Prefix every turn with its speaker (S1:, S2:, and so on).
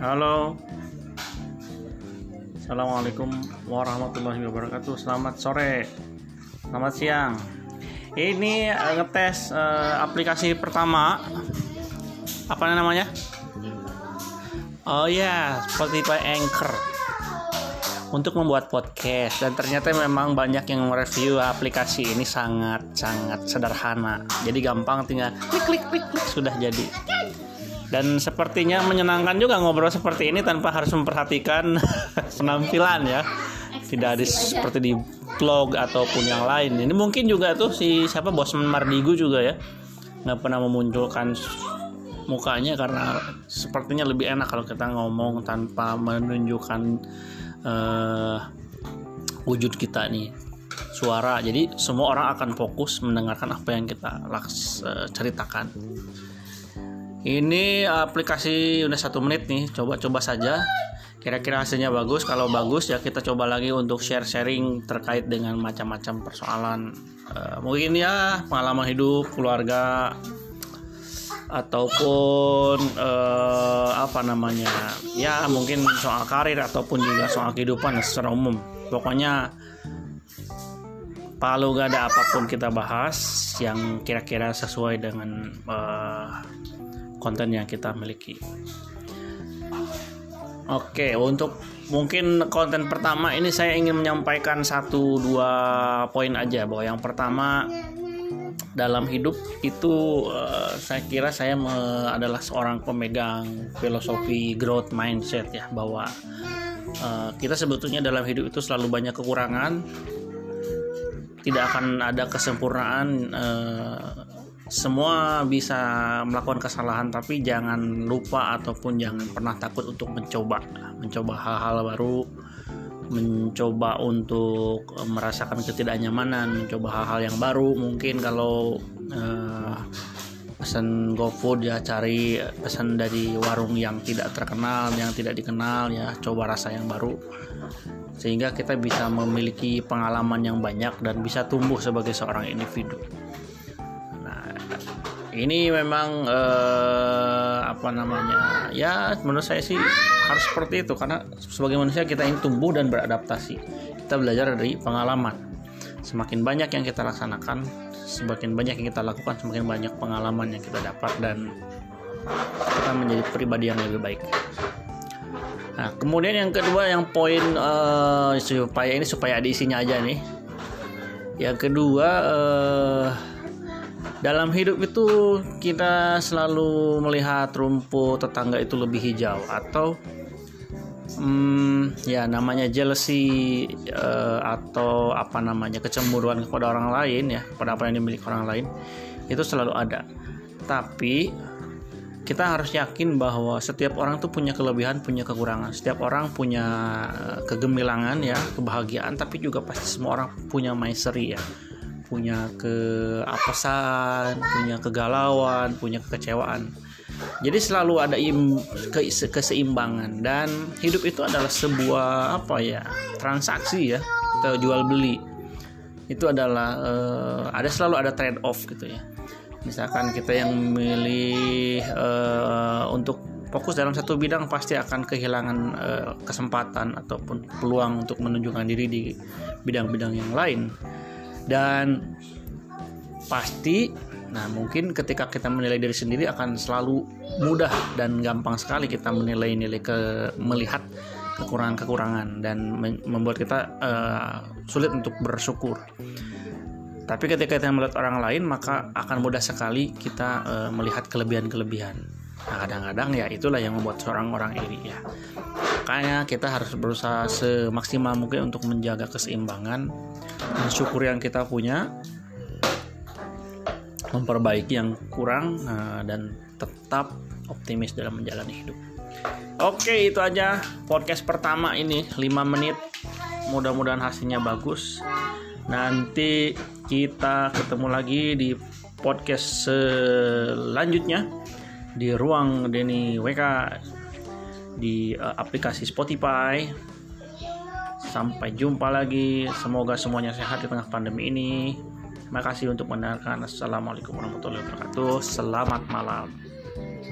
S1: Halo, Assalamualaikum warahmatullahi wabarakatuh. Selamat sore, selamat siang. Ini ngetes aplikasi pertama. Apa namanya? Oh ya, Spotify Anchor untuk membuat podcast. Dan ternyata memang banyak yang mereview aplikasi ini sangat sederhana. Jadi gampang, tinggal klik sudah jadi. Dan sepertinya menyenangkan juga ngobrol seperti ini tanpa harus memperhatikan penampilan ya. Tidak ada seperti di vlog ataupun yang lain. Ini mungkin juga tuh siapa Bosman Mardigu juga ya, nggak pernah memunculkan mukanya karena sepertinya lebih enak kalau kita ngomong tanpa menunjukkan wujud kita nih, suara. Jadi semua orang akan fokus mendengarkan apa yang kita ceritakan. Ini aplikasi udah 1 menit nih, coba saja. Kira-kira hasilnya bagus. Kalau bagus ya kita coba lagi untuk sharing terkait dengan macam-macam persoalan. Mungkin ya pengalaman hidup, keluarga, ataupun ya mungkin soal karir ataupun juga soal kehidupan secara umum. Pokoknya kalau gak ada apapun kita bahas yang kira-kira sesuai dengan konten yang kita miliki. Oke, untuk mungkin konten pertama ini saya ingin menyampaikan 1-2 poin aja, bahwa yang pertama dalam hidup itu saya kira saya adalah seorang pemegang filosofi growth mindset ya, bahwa kita sebetulnya dalam hidup itu selalu banyak kekurangan, tidak akan ada kesempurnaan. Semua bisa melakukan kesalahan, tapi jangan lupa ataupun jangan pernah takut untuk mencoba hal-hal baru, mencoba untuk merasakan ketidaknyamanan, mencoba hal-hal yang baru. Mungkin kalau pesan GoFood ya, cari pesan dari warung yang tidak terkenal, yang tidak dikenal ya, coba rasa yang baru sehingga kita bisa memiliki pengalaman yang banyak dan bisa tumbuh sebagai seorang individu. Ini memang ya menurut saya sih harus seperti itu, karena sebagai manusia kita ingin tumbuh dan beradaptasi. Kita belajar dari pengalaman. Semakin banyak yang kita laksanakan, semakin banyak yang kita lakukan, semakin banyak pengalaman yang kita dapat dan kita menjadi pribadi yang lebih baik. Nah, kemudian yang kedua, yang poin supaya ada isinya aja nih. Yang kedua, dalam hidup itu kita selalu melihat rumput tetangga itu lebih hijau, atau ya namanya jealousy atau kecemburuan kepada orang lain ya, pada apa yang dimiliki orang lain, itu selalu ada. Tapi kita harus yakin bahwa setiap orang tuh punya kelebihan, punya kekurangan. Setiap orang punya kegemilangan ya, kebahagiaan, tapi juga pasti semua orang punya misery ya, punya keapesan, punya kegalauan, punya kekecewaan. Jadi selalu ada keseimbangan, dan hidup itu adalah sebuah transaksi ya, atau jual beli. Itu adalah selalu ada trade off gitu ya. Misalkan kita yang memilih untuk fokus dalam satu bidang, pasti akan kehilangan kesempatan ataupun peluang untuk menunjukkan diri di bidang-bidang yang lain. Dan pasti mungkin ketika kita menilai diri sendiri akan selalu mudah dan gampang sekali kita melihat kekurangan-kekurangan dan membuat kita sulit untuk bersyukur. Tapi ketika kita melihat orang lain, maka akan mudah sekali kita melihat kelebihan-kelebihan. Nah, kadang-kadang ya itulah yang membuat seorang orang iri ya. Makanya kita harus berusaha semaksimal mungkin untuk menjaga keseimbangan, mensyukur yang kita punya, memperbaiki yang kurang, dan tetap optimis dalam menjalani hidup. Oke, itu aja podcast pertama ini, 5 menit. Mudah-mudahan hasilnya bagus. Nanti kita ketemu lagi di podcast selanjutnya di Ruang Denny WK di aplikasi Spotify. Sampai jumpa lagi. Semoga semuanya sehat di tengah pandemi ini. Terima kasih untuk mendengarkan. Assalamualaikum warahmatullahi wabarakatuh. Selamat malam.